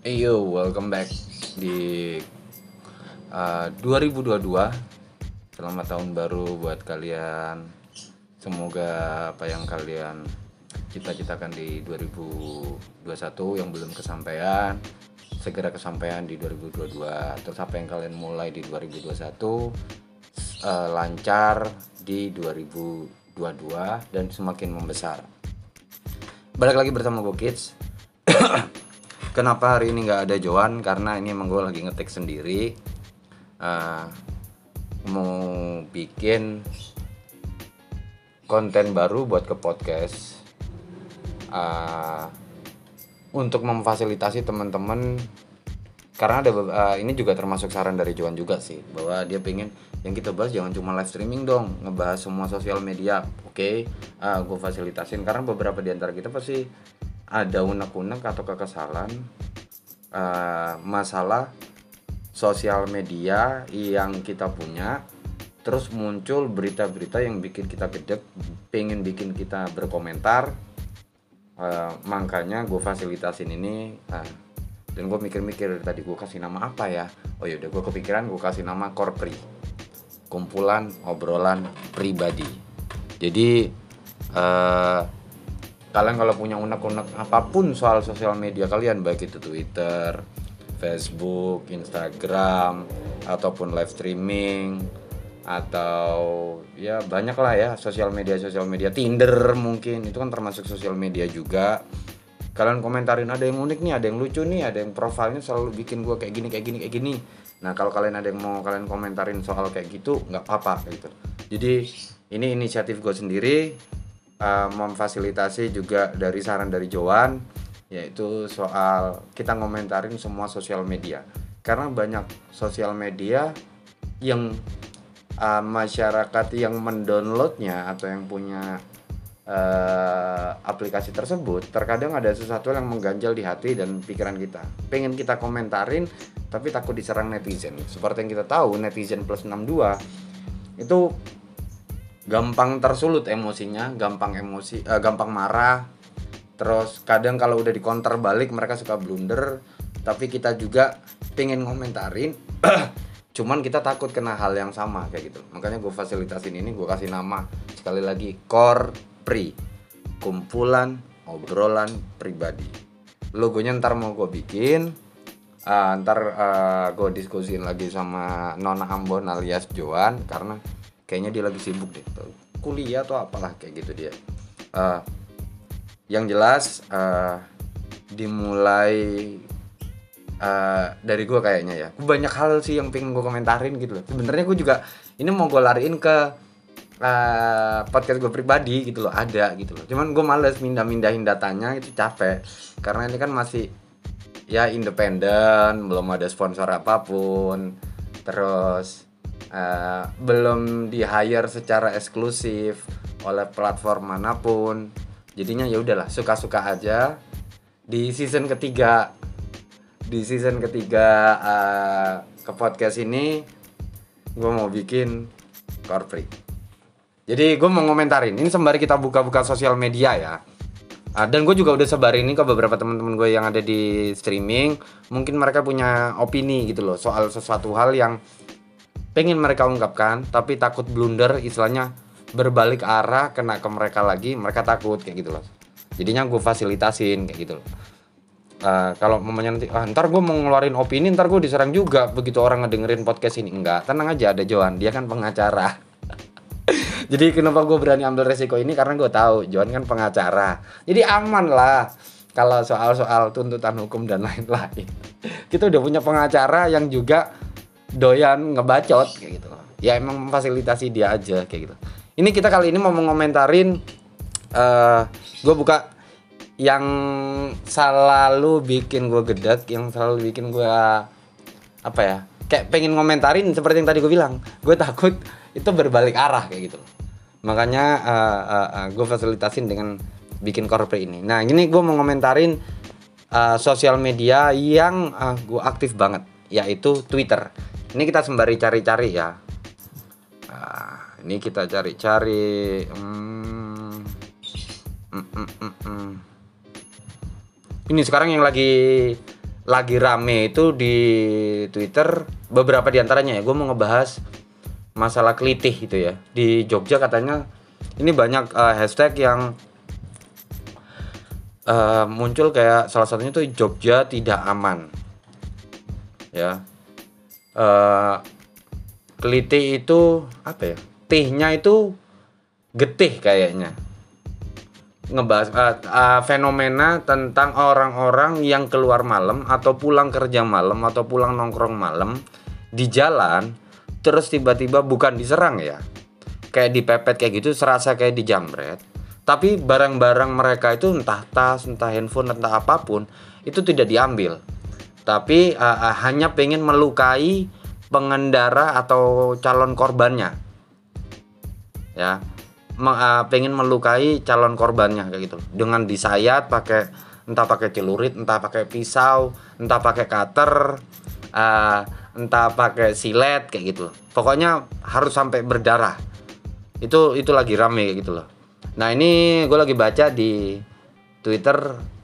Yo, welcome back di 2022. Selamat tahun baru buat kalian. Semoga apa yang kalian cita-citakan di 2021 yang belum kesampaian segera kesampaian di 2022. Terus apa yang kalian mulai di 2021 lancar di 2022 dan semakin membesar. Balik lagi bersama gue Kids. Kenapa hari ini nggak ada Joan? Karena ini emang gue lagi ngetik sendiri, mau bikin konten baru buat ke podcast, untuk memfasilitasi teman-teman. Karena ada ini juga termasuk saran dari Joan juga sih, bahwa dia pengen yang kita bahas jangan cuma live streaming dong, ngebahas semua sosial media. Oke, gue fasilitasin karena beberapa di antara kita pasti ada unek-unek atau kekesalan masalah sosial media yang kita punya, terus muncul berita-berita yang bikin kita gedek, pengen bikin kita berkomentar. Makanya gue fasilitasin ini, dan gue mikir-mikir tadi gue kasih nama apa ya. Oh yaudah, gue kepikiran gue kasih nama Korpri, kumpulan obrolan pribadi. Jadi kalian kalau punya unek-unek apapun soal sosial media kalian, baik itu Twitter, Facebook, Instagram, ataupun live streaming, atau ya banyak lah ya sosial media, Tinder mungkin, itu kan termasuk sosial media juga. Kalian komentarin, ada yang unik nih, ada yang lucu nih, ada yang profilnya selalu bikin gue kayak gini. Nah kalau kalian ada yang mau kalian komentarin soal kayak gitu, nggak apa-apa gitu. Jadi ini inisiatif gue sendiri, memfasilitasi juga dari saran dari Joan, yaitu soal kita ngomentarin semua sosial media. Karena banyak sosial media yang masyarakat yang mendownloadnya atau yang punya aplikasi tersebut, terkadang ada sesuatu yang mengganjal di hati dan pikiran kita, pengen kita komentarin tapi takut diserang netizen. Seperti yang kita tahu, netizen plus 62 itu gampang tersulut emosinya, gampang marah. Terus kadang kalau udah dikonter balik mereka suka blunder, tapi kita juga pengen ngomentarin cuman kita takut kena hal yang sama kayak gitu. Makanya gue fasilitasin ini, gue kasih nama sekali lagi Korpri, kumpulan obrolan pribadi. Logonya ntar mau gue bikin, gue diskusiin lagi sama Nona Ambon alias Joan, karena kayaknya dia lagi sibuk deh, kuliah atau apalah kayak gitu dia. Yang jelas dimulai dari gue kayaknya ya. Banyak hal sih yang pengen gue komentarin gitu loh. Sebenarnya gue juga ini mau gue lariin ke podcast gue pribadi gitu loh, ada gitu loh. Cuman gue males mindahin datanya, itu capek. Karena ini kan masih ya independen, belum ada sponsor apapun. Terus belum di hire secara eksklusif oleh platform manapun. Jadinya ya udahlah, suka-suka aja. Di season ketiga ke podcast ini gue mau bikin Korpri. Jadi gue mau ngomentarin ini sembari kita buka-buka sosial media ya. Dan gue juga udah sebarin ini ke beberapa teman-teman gue yang ada di streaming. Mungkin mereka punya opini gitu loh soal sesuatu hal yang pengen mereka ungkapkan tapi takut blunder, istilahnya berbalik arah kena ke mereka lagi, mereka takut kayak gitu loh. Jadinya gue fasilitasin kayak gitu loh. Kalau mamanya nanti ntar gue mau ngeluarin opini, ntar gue diserang juga begitu orang ngedengerin podcast ini. Enggak, tenang aja, ada Joan, dia kan pengacara. Jadi kenapa gue berani ambil resiko ini, karena gue tahu Joan kan pengacara, jadi aman lah kalau soal tuntutan hukum dan lain-lain. Kita udah punya pengacara yang juga doyan ngebacot kayak gitu. Ya emang memfasilitasi dia aja kayak gitu. Ini kita kali ini mau ngomentarin, gue buka yang selalu bikin gue gedek, yang selalu bikin gue apa ya, kayak pengen ngomentarin seperti yang tadi gue bilang. Gue takut itu berbalik arah kayak gitu. Makanya gue fasilitasin dengan bikin Korpri ini. Nah ini gue mau ngomentarin sosial media yang gue aktif banget, yaitu Twitter. Ini kita sembari cari-cari ya. Ini kita cari-cari. Ini sekarang yang lagi lagi rame itu di Twitter, beberapa di antaranya ya, gue mau ngebahas masalah kelitih itu ya. Di Jogja katanya ini banyak hashtag yang muncul, kayak salah satunya tuh Jogja tidak aman ya. Kelitih itu apa ya, tihnya itu getih kayaknya, ngebahas fenomena tentang orang-orang yang keluar malam atau pulang kerja malam atau pulang nongkrong malam di jalan, terus tiba-tiba bukan diserang ya, kayak dipepet kayak gitu, serasa kayak dijamret, tapi barang-barang mereka itu entah tas, entah handphone, entah apapun itu tidak diambil, tapi hanya pengen melukai pengendara atau calon korbannya ya, pengen melukai calon korbannya kayak gitu, dengan disayat pakai, entah pakai celurit, entah pakai pisau, entah pakai cutter, entah pakai silet kayak gitu, pokoknya harus sampai berdarah. Itu lagi rame kayak gitu loh. Nah ini gue lagi baca di Twitter,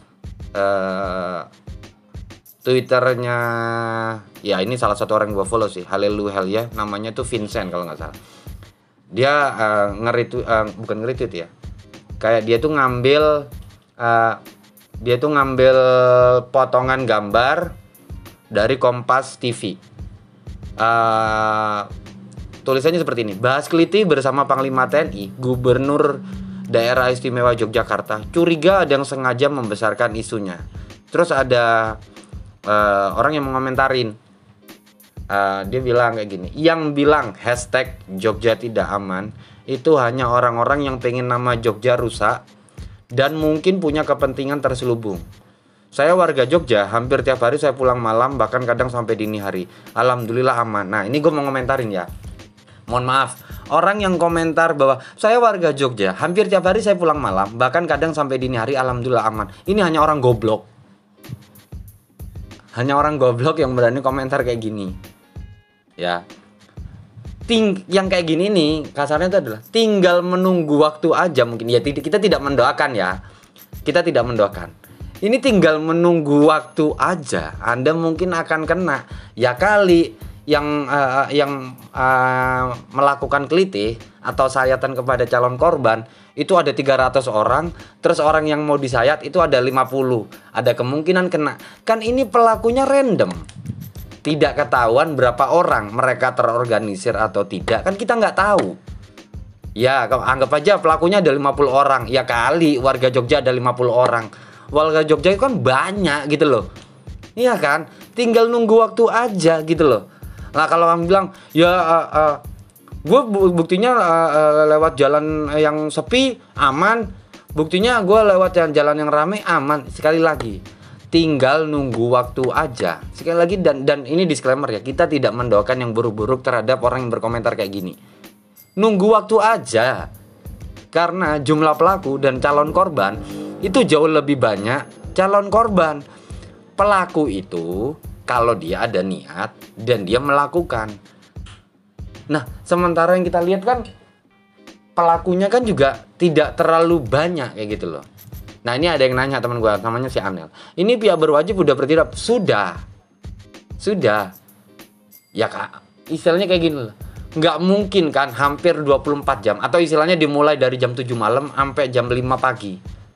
Twitternya ya, ini salah satu orang yang gue follow sih, Haleluya, namanya tuh Vincent kalau nggak salah. Dia bukan nge-retweet ya, kayak dia tuh ngambil potongan gambar dari Kompas TV. Tulisannya seperti ini: bahas kelitih bersama Panglima TNI, Gubernur Daerah Istimewa Yogyakarta curiga ada yang sengaja membesarkan isunya. Terus ada orang yang menkomentarin, dia bilang kayak gini, yang bilang hashtag Jogja tidak aman itu hanya orang-orang yang pengen nama Jogja rusak dan mungkin punya kepentingan terselubung. Saya warga Jogja, hampir tiap hari saya pulang malam, bahkan kadang sampai dini hari. Alhamdulillah aman. Nah ini gue mau ngomentarin ya, mohon maaf, orang yang komentar bahwa saya warga Jogja, hampir tiap hari saya pulang malam, bahkan kadang sampai dini hari, alhamdulillah aman, ini hanya orang goblok. Hanya orang goblok yang berani komentar kayak gini ya. Yang kayak gini nih kasarnya itu adalah tinggal menunggu waktu aja mungkin ya. Kita tidak mendoakan ya, kita tidak mendoakan, ini tinggal menunggu waktu aja, Anda mungkin akan kena ya kali. Yang melakukan kelitih atau sayatan kepada calon korban itu ada 300 orang, terus orang yang mau disayat itu ada 50, ada kemungkinan kena. Kan ini pelakunya random, tidak ketahuan berapa orang, mereka terorganisir atau tidak, kan kita nggak tahu ya. Anggap aja pelakunya ada 50 orang, ya kali warga Jogja ada 50 orang, warga Jogja itu kan banyak gitu loh, iya kan, tinggal nunggu waktu aja gitu loh. Nah kalau kamu bilang ya gue buktinya lewat jalan yang sepi aman, buktinya gue lewat jalan yang ramai aman. Sekali lagi, tinggal nunggu waktu aja. Sekali lagi, dan ini disclaimer ya, kita tidak mendoakan yang buruk-buruk terhadap orang yang berkomentar kayak gini. Nunggu waktu aja, karena jumlah pelaku dan calon korban itu jauh lebih banyak calon korban. Pelaku itu kalau dia ada niat dan dia melakukan. Nah, sementara yang kita lihat kan pelakunya kan juga tidak terlalu banyak kayak gitu loh. Nah, ini ada yang nanya teman gue, namanya si Anel. Ini pihak berwajib udah bertindak? Sudah. Ya kak, istilahnya kayak gini loh. Nggak mungkin kan hampir 24 jam, atau istilahnya dimulai dari jam 7 malam sampai jam 5 pagi.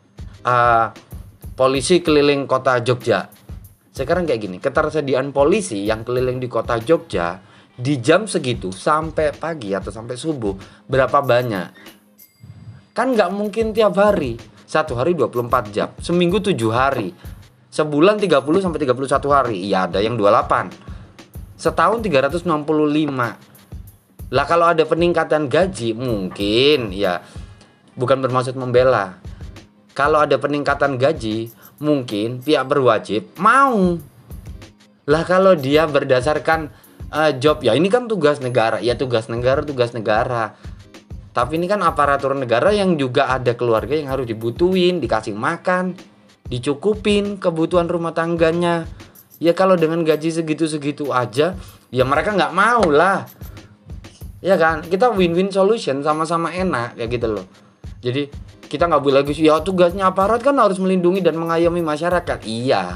Polisi keliling kota Jogja. Sekarang kayak gini, ketersediaan polisi yang keliling di kota Jogja di jam segitu sampai pagi atau sampai subuh berapa banyak? Kan nggak mungkin tiap hari. Satu hari 24 jam, seminggu 7 hari, sebulan 30 sampai 31 hari. Ya ada yang 28. Setahun 365. Lah kalau ada peningkatan gaji mungkin ya, bukan bermaksud membela. Kalau ada peningkatan gaji mungkin pihak berwajib mau. Lah kalau dia berdasarkan job, ya ini kan tugas negara. Ya tugas negara. Tapi ini kan aparatur negara yang juga ada keluarga yang harus dibutuhin, dikasih makan, dicukupin kebutuhan rumah tangganya. Ya kalau dengan gaji segitu-segitu aja, ya mereka nggak mau lah. Ya kan, kita win-win solution, sama-sama enak kayak gitu loh. Jadi kita nggak boleh lagi ya tugasnya aparat kan harus melindungi dan mengayomi masyarakat. Iya,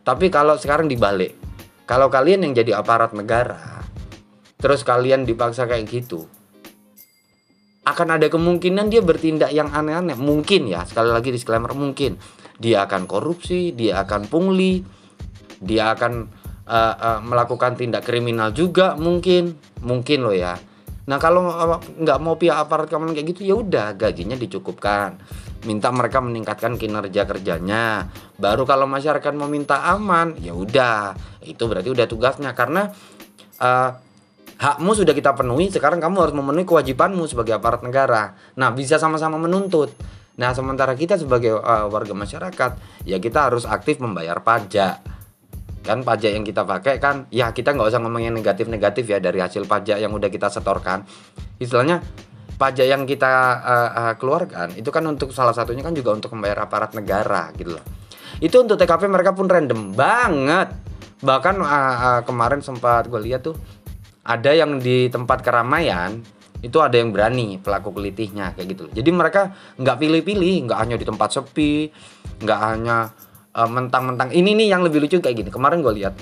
Tapi kalau sekarang dibalik, kalau kalian yang jadi aparat negara, terus kalian dipaksa kayak gitu, akan ada kemungkinan dia bertindak yang aneh-aneh. Mungkin ya, sekali lagi disclaimer, mungkin dia akan korupsi, dia akan pungli, dia akan melakukan tindak kriminal juga, mungkin loh ya. Nah kalau nggak mau pihak aparat keamanan kayak gitu, ya udah gajinya dicukupkan, minta mereka meningkatkan kinerja kerjanya. Baru kalau masyarakat mau minta aman, ya udah, itu berarti udah tugasnya, karena hakmu sudah kita penuhi, sekarang kamu harus memenuhi kewajibanmu sebagai aparat negara. Nah, bisa sama-sama menuntut. Nah, sementara kita sebagai warga masyarakat, ya kita harus aktif membayar pajak. Kan pajak yang kita pakai kan, ya kita nggak usah ngomongin negatif-negatif ya dari hasil pajak yang udah kita setorkan. Istilahnya pajak yang kita keluarkan itu kan untuk salah satunya kan juga untuk membayar aparat negara gitu loh. Itu untuk TKP mereka pun random banget. Bahkan kemarin sempat gue lihat tuh, ada yang di tempat keramaian itu ada yang berani pelaku kelitihnya kayak gitu. Jadi mereka nggak pilih-pilih, nggak hanya di tempat sepi, nggak hanya mentang-mentang. Ini nih yang lebih lucu kayak gini. Kemarin gue lihat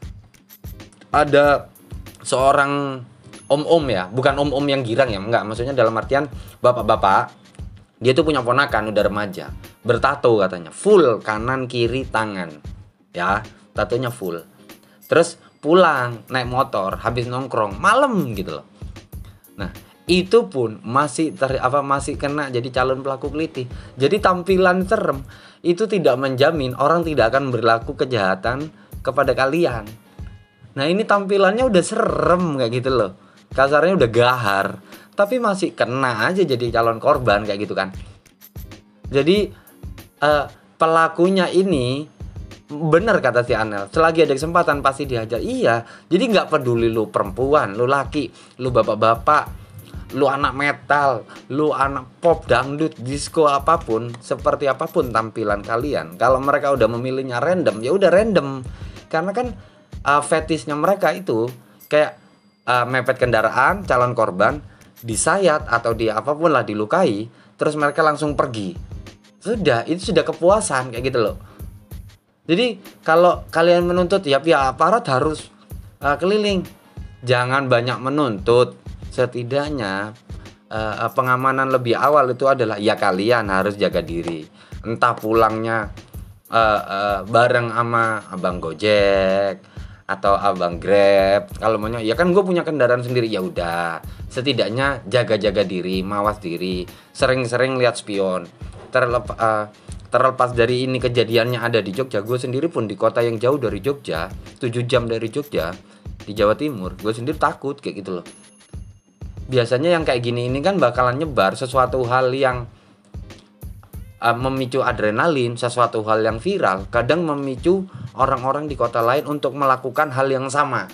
ada seorang om-om ya, bukan om-om yang girang ya, enggak. Maksudnya dalam artian bapak-bapak. Dia tuh punya ponakan udah remaja, bertato katanya, full kanan kiri tangan, ya, tatonya full. Terus pulang naik motor habis nongkrong malam gitu loh. Nah itu pun masih masih kena jadi calon pelaku kelitih. Jadi tampilan serem itu tidak menjamin orang tidak akan berlaku kejahatan kepada kalian. Nah ini tampilannya udah serem kayak gitu loh, kasarnya udah gahar, tapi masih kena aja jadi calon korban kayak gitu kan. Jadi pelakunya ini bener kata si Anel, selagi ada kesempatan pasti dihajar. Iya, jadi nggak peduli lu perempuan, lu laki, lu bapak-bapak, lu anak metal, lu anak pop, dangdut, disco, apapun, seperti apapun tampilan kalian, kalau mereka udah memilihnya random, ya udah random. Karena kan fetishnya mereka itu kayak mepet kendaraan, calon korban, disayat atau di apapun lah dilukai, terus mereka langsung pergi. Sudah, itu sudah kepuasan kayak gitu loh. Jadi kalau kalian menuntut ya pihak aparat harus keliling. Jangan banyak menuntut. Setidaknya pengamanan lebih awal itu adalah ya kalian harus jaga diri. Entah pulangnya bareng sama abang Gojek atau abang Grab. Kalau maunya ya kan gue punya kendaraan sendiri, ya udah. Setidaknya jaga-jaga diri, mawas diri, sering-sering lihat spion. Terlepas dari ini kejadiannya ada di Jogja, gue sendiri pun di kota yang jauh dari Jogja, 7 jam dari Jogja, di Jawa Timur, gue sendiri takut kayak gitu loh. Biasanya yang kayak gini ini kan bakalan nyebar sesuatu hal yang memicu adrenalin, sesuatu hal yang viral, kadang memicu orang-orang di kota lain untuk melakukan hal yang sama.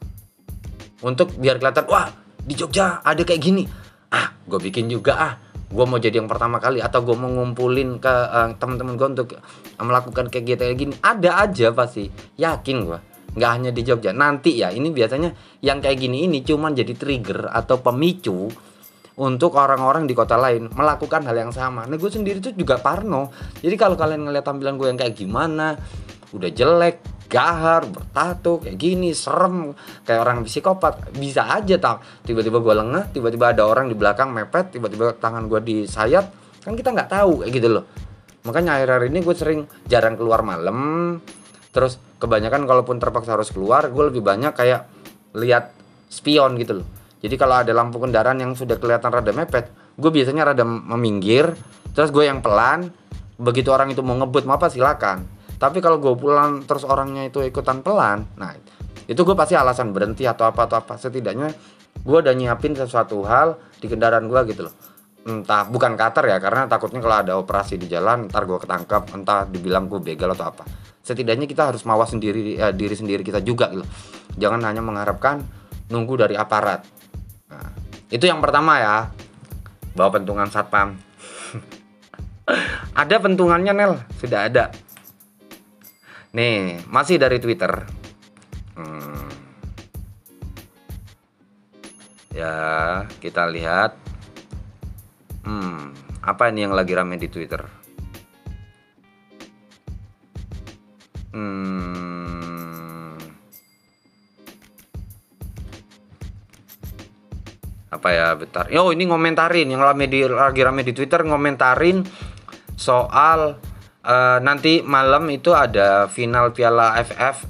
Untuk biar kelihatan, wah di Jogja ada kayak gini, gue bikin juga gue mau jadi yang pertama kali, atau gue mau ngumpulin ke teman-teman gue untuk melakukan kegiatan kayak gini. Ada aja pasti, yakin gue, nggak hanya di Jogja. Nanti ya ini biasanya yang kayak gini ini cuman jadi trigger atau pemicu untuk orang-orang di kota lain melakukan hal yang sama. Nah gue sendiri tuh juga parno. Jadi kalau kalian ngeliat tampilan gue yang kayak gimana, udah jelek, gahar, bertato kayak gini, serem, kayak orang psikopat, bisa aja tiba-tiba gue lengah, tiba-tiba ada orang di belakang mepet, tiba-tiba tangan gue disayat, kan kita nggak tahu kayak gitu loh. Makanya akhir-akhir ini gue jarang keluar malam. Terus kebanyakan kalaupun terpaksa harus keluar, gue lebih banyak kayak lihat spion gitu loh. Jadi kalau ada lampu kendaraan yang sudah kelihatan rada mepet, gue biasanya rada meminggir, terus gue yang pelan. Begitu orang itu mau ngebut mau apa silakan. Tapi kalau gue pulang terus orangnya itu ikutan pelan, nah itu gue pasti alasan berhenti atau apa. Setidaknya gue udah nyiapin sesuatu hal di kendaraan gue gitu loh. Entah bukan cutter ya, karena takutnya kalau ada operasi di jalan ntar gue ketangkap, entah dibilang gue begal atau apa. Setidaknya kita harus mawas diri sendiri kita juga gitu. Jangan hanya mengharapkan nunggu dari aparat. Nah, itu yang pertama ya, bawa pentungan satpam. Ada pentungannya Nel, sudah ada. Nih, masih dari Twitter. Ya, kita lihat. Apa ini yang lagi rame di Twitter? Hmm, apa ya, bentar. Oh, ini ngomentarin yang lagi rame di Twitter, ngomentarin soal nanti malam itu ada final Piala AFF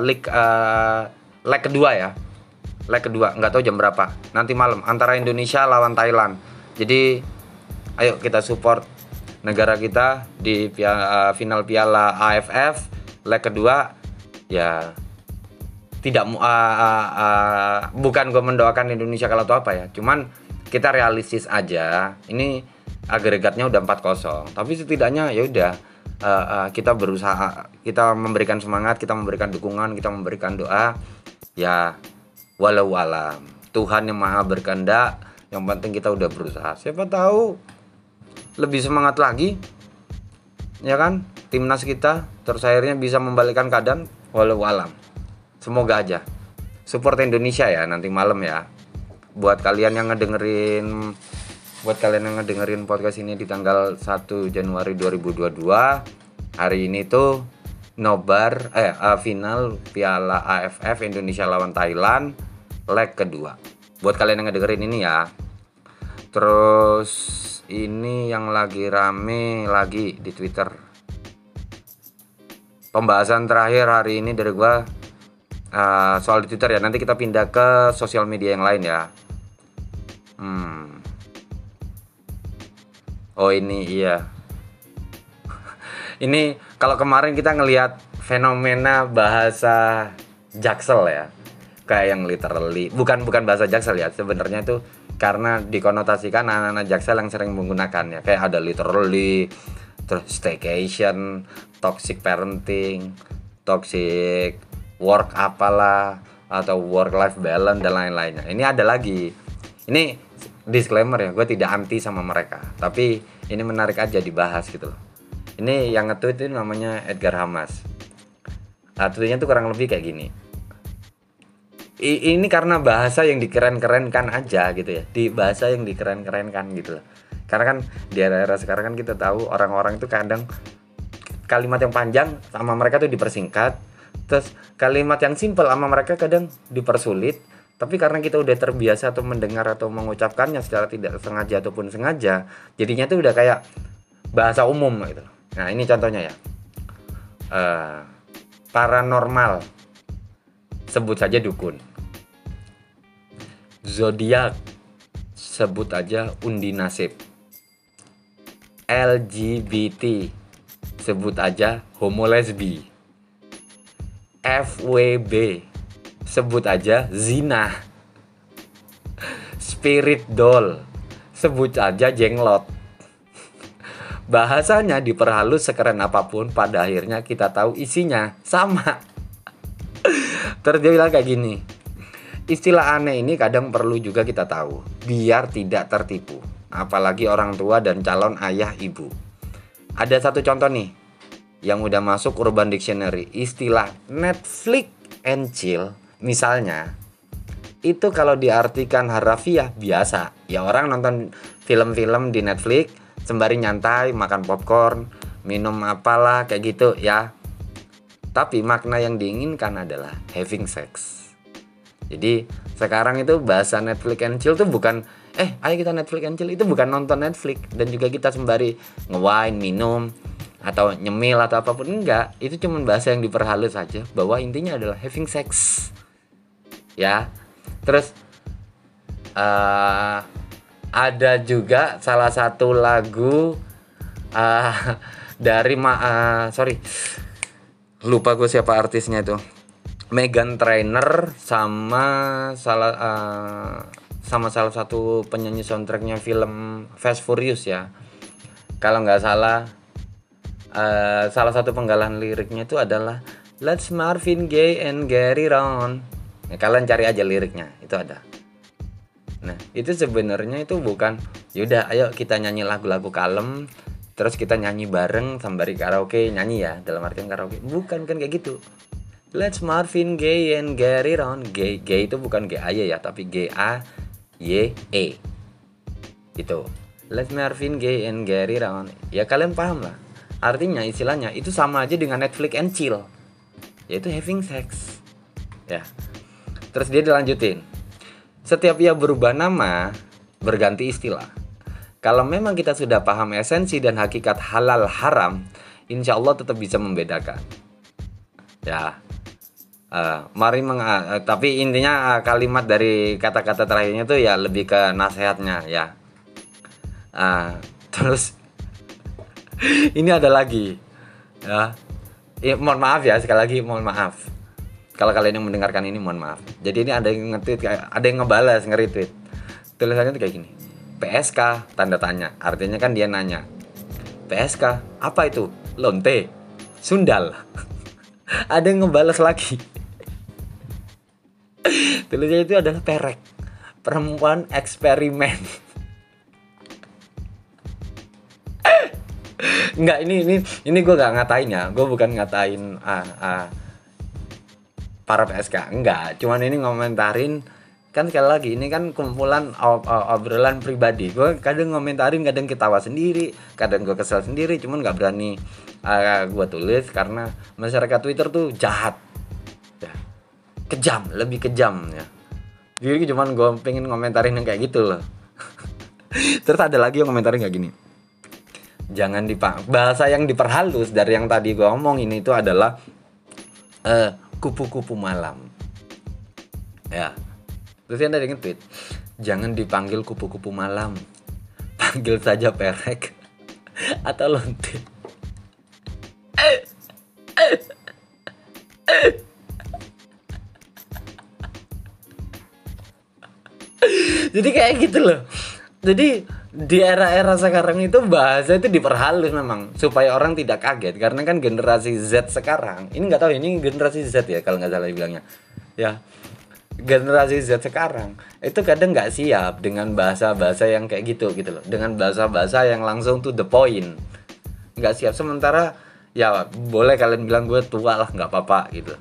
leg kedua ya. Leg kedua, nggak tahu jam berapa. Nanti malam antara Indonesia lawan Thailand. Jadi ayo kita support negara kita di final Piala AFF leg kedua ya. Tidak bukan gue mendoakan Indonesia kalau atau apa ya, cuman kita realistis aja. Ini agregatnya udah 4-0, tapi setidaknya ya udah kita berusaha, kita memberikan semangat, kita memberikan dukungan, kita memberikan doa ya. Walau alam, Tuhan yang maha berkehendak, yang penting kita udah berusaha. Siapa tahu lebih semangat lagi ya kan timnas kita, terus akhirnya bisa membalikkan keadaan. Walau alam, semoga aja. Support Indonesia ya nanti malam ya. Buat kalian yang ngedengerin podcast ini di tanggal 1 Januari 2022, hari ini tuh nobar final Piala AFF Indonesia lawan Thailand leg kedua. Buat kalian yang ngedengerin ini ya. Terus ini yang lagi rame lagi di Twitter. Pembahasan terakhir hari ini dari gua soal di Twitter ya. Nanti kita pindah ke sosial media yang lain ya. Oh ini iya. Ini kalau kemarin kita ngelihat fenomena bahasa Jaksel ya. Kayak yang literally bukan bahasa Jaksel ya. Sebenarnya itu karena dikonotasikan anak-anak Jaksel yang sering menggunakan ya. Kayak ada literally, terus staycation, toxic parenting, toxic work apalah, atau work life balance dan lain-lainnya. Ini ada lagi. Ini disclaimer ya, gue tidak anti sama mereka, tapi ini menarik aja dibahas gitu loh. Ini yang nge-tweet itu namanya Edgar Hamas. Tweetnya tuh kurang lebih kayak gini. Ini karena bahasa yang dikeren-kerenkan aja gitu ya. Di bahasa yang dikeren-kerenkan gitu loh. Karena kan di era-era sekarang kan kita tahu orang-orang itu kadang kalimat yang panjang sama mereka tuh dipersingkat. Terus kalimat yang simpel sama mereka kadang dipersulit. Tapi karena kita udah terbiasa atau mendengar atau mengucapkannya secara tidak sengaja ataupun sengaja, jadinya tuh udah kayak bahasa umum gitu. Nah ini contohnya ya. Paranormal, sebut saja dukun. Zodiak, sebut aja undi nasib. LGBT, sebut aja homo lesbi. FWB, sebut aja zina. Spirit doll, sebut aja jenglot. Bahasanya diperhalus sekeren apapun, pada akhirnya kita tahu isinya sama. Terus dia bilang kayak gini, istilah aneh ini kadang perlu juga kita tahu biar tidak tertipu, apalagi orang tua dan calon ayah ibu. Ada satu contoh nih yang udah masuk Urban Dictionary, istilah Netflix and chill misalnya. Itu kalau diartikan harafiah biasa, ya orang nonton film-film di Netflix sembari nyantai, makan popcorn, minum apalah kayak gitu ya. Tapi makna yang diinginkan adalah having sex. Jadi sekarang itu bahasa Netflix and chill tuh bukan ayo kita Netflix and chill, itu bukan nonton Netflix dan juga kita sembari nge-wine, minum atau nyemil atau apapun, enggak. Itu cuma bahasa yang diperhalus saja bahwa intinya adalah having sex. Ya. Terus ada juga salah satu lagu dari lupa gue siapa artisnya itu. Meghan Trainor sama salah satu penyanyi soundtracknya film Fast Furious ya. Kalau nggak salah satu penggalan liriknya itu adalah Let's Marvin Gaye and Gary Round. Nah, kalian cari aja liriknya, itu ada. Nah, itu sebenarnya itu bukan yaudah ayo kita nyanyi lagu-lagu kalem terus kita nyanyi bareng sembari karaoke, nyanyi ya dalam artian karaoke. Bukan kan kayak gitu. Let's Marvin Gaye and Gary Round. Gay itu bukan G-A-Y ya, tapi G-A-Y-E. Itu. Let's Marvin Gaye and Gary Round. Ya kalian paham lah. Artinya istilahnya itu sama aja dengan Netflix and chill. yaitu having sex. Ya. Terus dia dilanjutin. Setiap ia berubah nama, berganti istilah. Kalau memang kita sudah paham esensi dan hakikat halal haram, insya Allah tetap bisa membedakan. Ya, tapi intinya kalimat dari kata-kata terakhirnya tuh ya lebih ke nasihatnya ya. Terus ini ada lagi ya. Mohon maaf ya, sekali lagi mohon maaf kalau kalian yang mendengarkan ini, mohon maaf. Jadi ini ada yang nge-tweet, ada yang ngebalas, nge-retweet. Tulisannya tuh kayak gini. PSK tanda tanya. Artinya kan dia nanya. PSK apa itu? Lonte, sundal. Ada yang ngebalas lagi. Tulisannya itu adalah perek, perempuan eksperimen. Enggak, ini gue gak ngatain ya. Gue bukan ngatain para PSK, enggak. Cuman ini ngomentarin. Kan sekali lagi ini kan kumpulan obrolan pribadi. Gue kadang ngomentarin, kadang ketawa sendiri, kadang gue kesel sendiri. Cuman gak berani gue tulis karena masyarakat Twitter tuh jahat ya. Kejam, lebih kejam ya. Jadi cuman gue pengen ngomentarin yang kayak gitu loh. Terus ada lagi yang ngomentarin kayak gini. Jangan bahasa yang diperhalus dari yang tadi gue omongin itu adalah kupu-kupu malam. Ya. Terus ada yang nge-tweet, jangan dipanggil kupu-kupu malam, panggil saja perek atau lonte. Jadi kayak gitu loh. Jadi di era-era sekarang itu bahasa itu diperhalus memang supaya orang tidak kaget, karena kan generasi Z sekarang ini nggak tahu, ini generasi Z ya kalau nggak salah dibilangnya ya. Generasi Z sekarang itu kadang nggak siap dengan bahasa-bahasa yang kayak gitu loh, dengan bahasa-bahasa yang langsung to the point, nggak siap. Sementara ya boleh kalian bilang gue tua lah, nggak apa-apa gitu.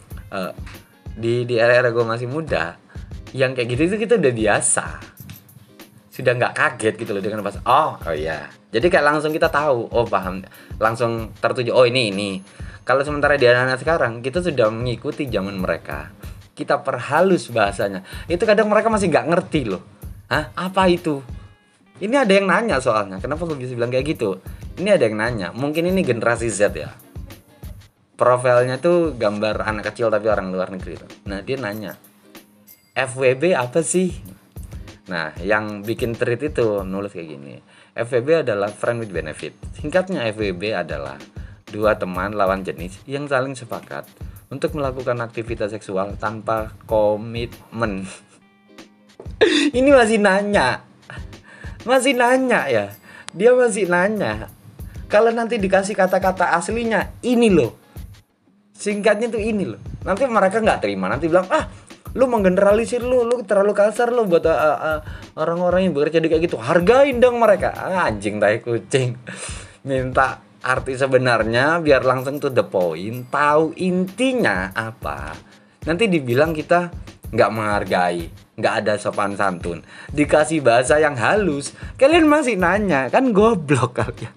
Di era-era gue masih muda, yang kayak gitu itu kita udah biasa, sudah nggak kaget gitu loh dengan bahasa oh iya. Jadi kayak langsung kita tahu, oh paham, langsung tertuju, oh ini. Kalau sementara di anak-anak sekarang kita sudah mengikuti zaman mereka, kita perhalus bahasanya. Itu kadang mereka masih nggak ngerti loh. Hah? Apa itu? Ini ada yang nanya soalnya. Kenapa gue bisa bilang kayak gitu? Ini ada yang nanya. Mungkin ini generasi Z ya. Profilnya tuh gambar anak kecil tapi orang luar negeri. Nah dia nanya, FWB apa sih? Nah yang bikin tweet itu nulis kayak gini. FWB adalah friend with benefit. Singkatnya FWB adalah dua teman lawan jenis yang saling sepakat untuk melakukan aktivitas seksual tanpa komitmen. Ini masih nanya ya. Dia masih nanya. Kalau nanti dikasih kata-kata aslinya, ini loh. Singkatnya tuh ini loh. Nanti mereka nggak terima. Nanti bilang, lu menggeneralisir, lu terlalu kasar lu buat orang-orang yang bekerja di kayak gitu. Hargain dong mereka. Anjing tai kucing. Minta arti sebenarnya biar langsung to the point, tahu intinya apa. Nanti dibilang kita nggak menghargai, nggak ada sopan santun, dikasih bahasa yang halus, kalian masih nanya, kan goblok kalian.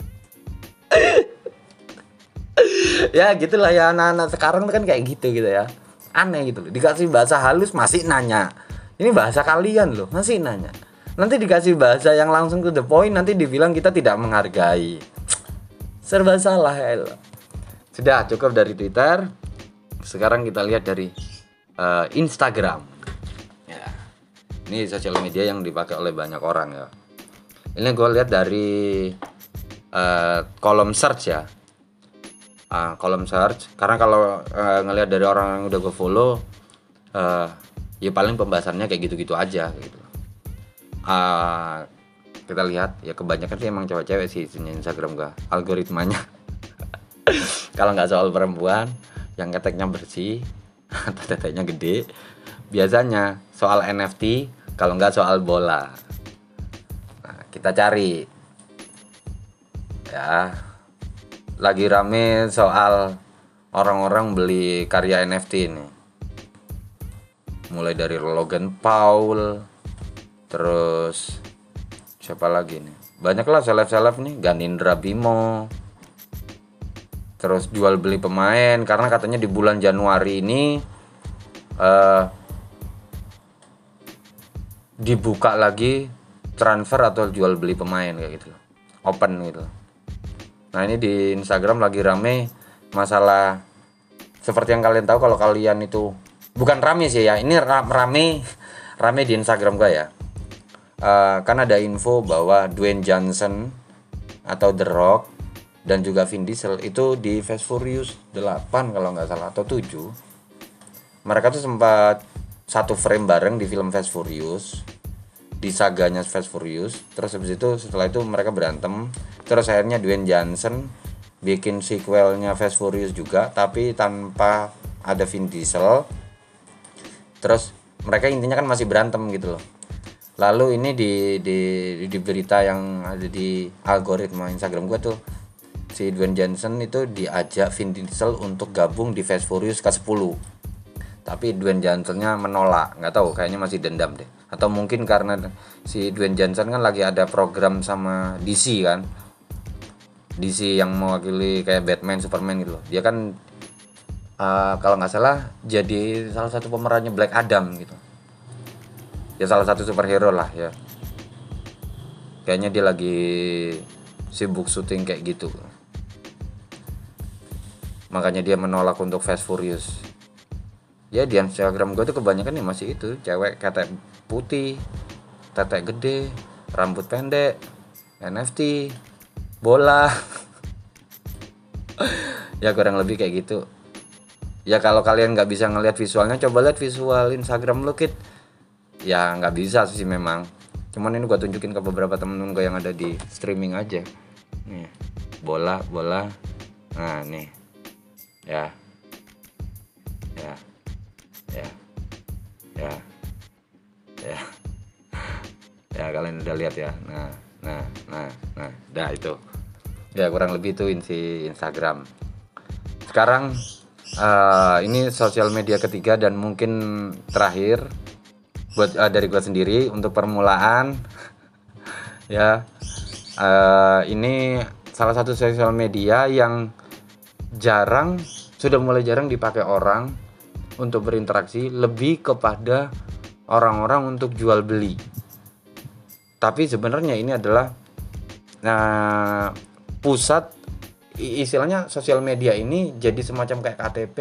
Ya gitulah ya, anak-anak sekarang kan kayak gitu ya, aneh gitu loh. Dikasih bahasa halus masih nanya, ini bahasa kalian loh, masih nanya. Nanti dikasih bahasa yang langsung to the point, nanti dibilang kita tidak menghargai. Serba salah ya. Sudah cukup dari Twitter. Sekarang kita lihat dari Instagram ya. Ini sosial media yang dipakai oleh banyak orang ya. Ini gue lihat dari kolom search ya. Kolom search. Karena kalau ngelihat dari orang yang udah gue follow, ya paling pembahasannya kayak gitu-gitu aja gitu. Kita lihat ya, kebanyakan sih emang cewek-cewek sih isinya Instagram gua, algoritmanya. Kalau nggak soal perempuan yang keteknya bersih atau teteknya gede, biasanya soal NFT, kalau nggak soal bola. Nah, kita cari ya, lagi rame soal orang-orang beli karya NFT ini, mulai dari Logan Paul, terus siapa lagi nih, banyak lah seleb-seleb nih, Ganindra Bimo, terus jual beli pemain, karena katanya di bulan Januari ini dibuka lagi transfer atau jual beli pemain kayak gitu, open gitu. Nah ini di Instagram lagi rame masalah, seperti yang kalian tahu kalau kalian itu, bukan rame sih ya, ini rame di Instagram gue ya. Kan ada info bahwa Dwayne Johnson atau The Rock dan juga Vin Diesel itu di Fast Furious 8 kalau nggak salah atau 7. Mereka tuh sempat satu frame bareng di film Fast Furious, di saganya Fast Furious. Terus habis itu setelah itu mereka berantem. Terus akhirnya Dwayne Johnson bikin sequelnya Fast Furious juga, tapi tanpa ada Vin Diesel. Terus mereka intinya kan masih berantem gitu loh. Lalu ini di berita yang ada di algoritma Instagram gue tuh, si Dwayne Johnson itu diajak Vin Diesel untuk gabung di Fast Furious ke-10. Tapi Dwayne Johnson-nya menolak, nggak tahu, kayaknya masih dendam deh. Atau mungkin karena si Dwayne Johnson kan lagi ada program sama DC kan. DC yang mewakili kayak Batman, Superman gitu loh. Dia kan kalau nggak salah jadi salah satu pemerannya Black Adam gitu. Ya salah satu superhero lah ya. Kayaknya dia lagi sibuk syuting kayak gitu. Makanya dia menolak untuk Fast Furious. Ya di Instagram gue tuh kebanyakan nih masih itu, cewek ketek putih, tetek gede, rambut pendek, NFT, bola. Ya kurang lebih kayak gitu. Ya kalau kalian nggak bisa ngelihat visualnya, coba lihat visual Instagram lu Kit. Ya nggak bisa sih memang, cuman ini gue tunjukin ke beberapa temen gue yang ada di streaming aja. Nih bola, nah nih ya ya ya ya ya ya kalian udah lihat ya. Nah dah itu ya kurang lebih itu isi Instagram. Sekarang ini sosial media ketiga dan mungkin terakhir buat dari gue sendiri untuk permulaan ya. Ini salah satu sosial media yang sudah mulai jarang dipakai orang untuk berinteraksi, lebih kepada orang-orang untuk jual beli. Tapi sebenarnya ini adalah pusat, istilahnya sosial media ini jadi semacam kayak KTP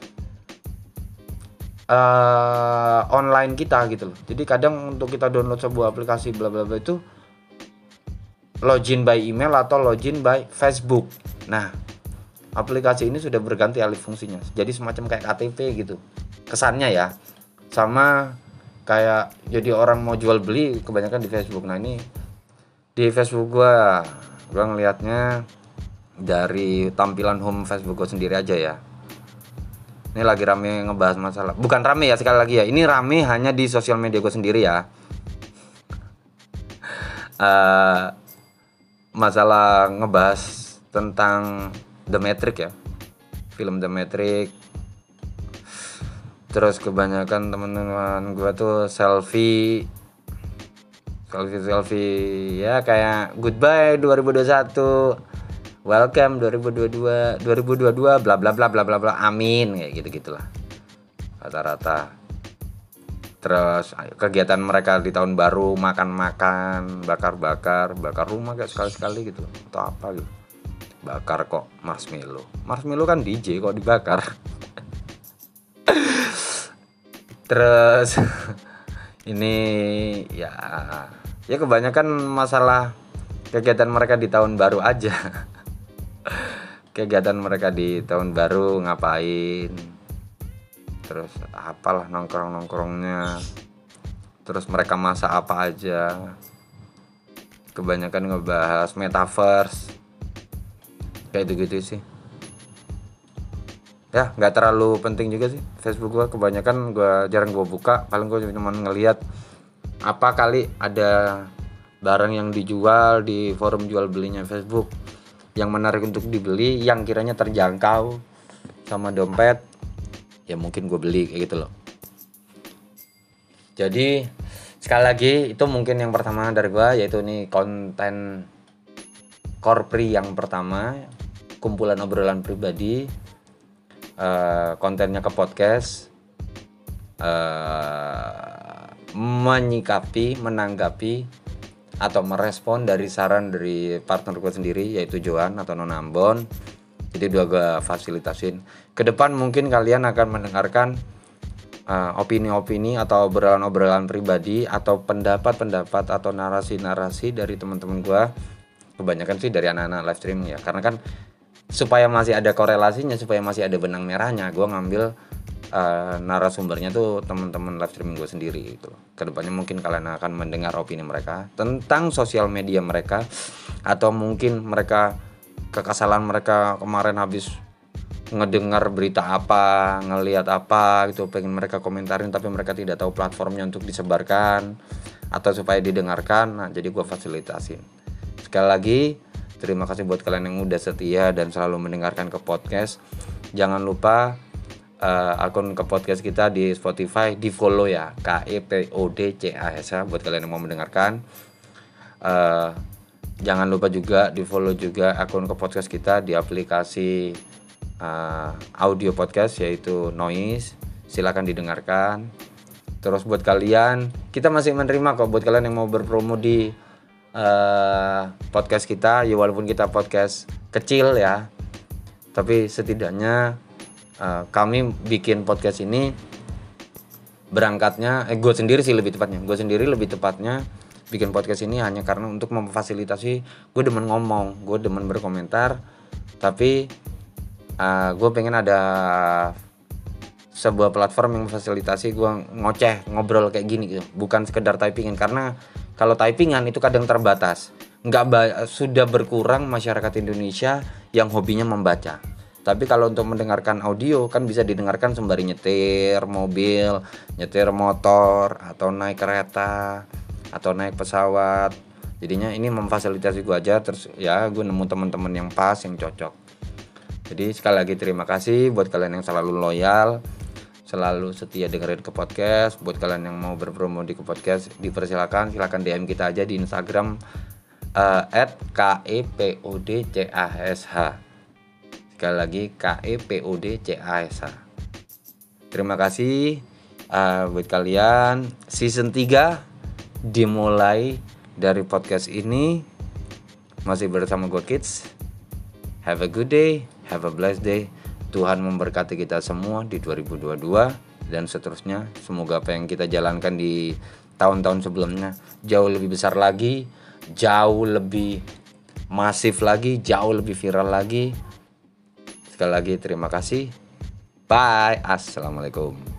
online kita gitu loh. Jadi kadang untuk kita download sebuah aplikasi bla bla bla itu login by email atau login by Facebook. Nah, aplikasi ini sudah berganti alih fungsinya. Jadi semacam kayak KTP gitu. Kesannya ya. Sama kayak jadi orang mau jual beli kebanyakan di Facebook. Nah, ini di Facebook gua ngelihatnya dari tampilan home Facebook gua sendiri aja ya. Ini lagi rame ngebahas masalah, bukan rame ya, sekali lagi ya, ini rame hanya di sosial media gue sendiri ya. Masalah ngebahas tentang The Matrix ya, film The Matrix. Terus kebanyakan teman-teman gue tuh selfie ya, kayak goodbye 2021, welcome 2022 bla bla bla bla bla bla, amin, kayak gitu-gitulah rata-rata. Terus kegiatan mereka di tahun baru makan-makan, bakar rumah kayak sekali-sekali gitu atau apa gitu. Bakar kok marshmallow kan DJ kok dibakar. Terus ini ya kebanyakan masalah kegiatan mereka di tahun baru aja. Kegiatan mereka di tahun baru ngapain, terus apalah nongkrongnya, terus mereka masak apa aja. Kebanyakan ngebahas metaverse kayak gitu sih ya, nggak terlalu penting juga sih Facebook gua. Kebanyakan jarang gua buka, paling gua cuma ngelihat apa kali ada barang yang dijual di forum jual belinya Facebook yang menarik untuk dibeli, yang kiranya terjangkau sama dompet, ya mungkin gue beli kayak gitu loh. Jadi sekali lagi itu mungkin yang pertama dari gue, yaitu nih konten Korpri yang pertama. kumpulan obrolan pribadi, kontennya ke podcast, menyikapi, menanggapi atau merespon dari saran dari partner gue sendiri, yaitu Johan atau Nona Ambon. Jadi udah gue fasilitasin. Kedepan mungkin kalian akan mendengarkan opini-opini atau obrolan-obrolan pribadi atau pendapat-pendapat atau narasi-narasi dari teman-teman gue. Kebanyakan sih dari anak-anak live streaming ya, karena kan supaya masih ada korelasinya, supaya masih ada benang merahnya, gue ngambil narasumbernya tuh teman-teman live streaming gue sendiri gitu. Kedepannya mungkin kalian akan mendengar opini mereka tentang sosial media mereka, atau mungkin mereka kekesalan mereka kemarin habis ngedengar berita apa, ngelihat apa gitu, pengen mereka komentarin tapi mereka tidak tahu platformnya untuk disebarkan atau supaya didengarkan. Nah, jadi gue fasilitasin. Sekali lagi terima kasih buat kalian yang udah setia dan selalu mendengarkan ke podcast. Jangan lupa akun ke podcast kita di Spotify di follow ya, KEPODCASH buat kalian yang mau mendengarkan. Jangan lupa juga di follow juga akun ke podcast kita di aplikasi audio podcast yaitu Noise, silakan didengarkan. Terus buat kalian, kita masih menerima kok buat kalian yang mau berpromo di podcast kita ya, walaupun kita podcast kecil ya, tapi setidaknya kami bikin podcast ini berangkatnya gue sendiri lebih tepatnya bikin podcast ini hanya karena untuk memfasilitasi. Gue demen ngomong, gue demen berkomentar, tapi gue pengen ada sebuah platform yang memfasilitasi gue ngoceh, ngobrol kayak gini gitu. Bukan sekedar typingin, karena kalau typingan itu kadang terbatas. Sudah berkurang masyarakat Indonesia yang hobinya membaca. Tapi kalau untuk mendengarkan audio kan bisa didengarkan sembari nyetir mobil, nyetir motor, atau naik kereta, atau naik pesawat. Jadinya ini memfasilitasi gue aja, terus ya gue nemu teman-teman yang pas, yang cocok. Jadi sekali lagi terima kasih buat kalian yang selalu loyal, selalu setia dengerin ke podcast. Buat kalian yang mau berpromo di ke podcast, silakan DM kita aja di Instagram @KEPODCASH. Sekali lagi KEPODCASH. Terima kasih buat kalian. Season 3 dimulai dari podcast ini, masih bersama gue Kids. Have a good day. Have a blessed day. Tuhan memberkati kita semua di 2022 dan seterusnya. Semoga apa yang kita jalankan di tahun-tahun sebelumnya jauh lebih besar lagi, jauh lebih masif lagi, jauh lebih viral lagi. Sekali lagi terima kasih. Bye. Assalamualaikum.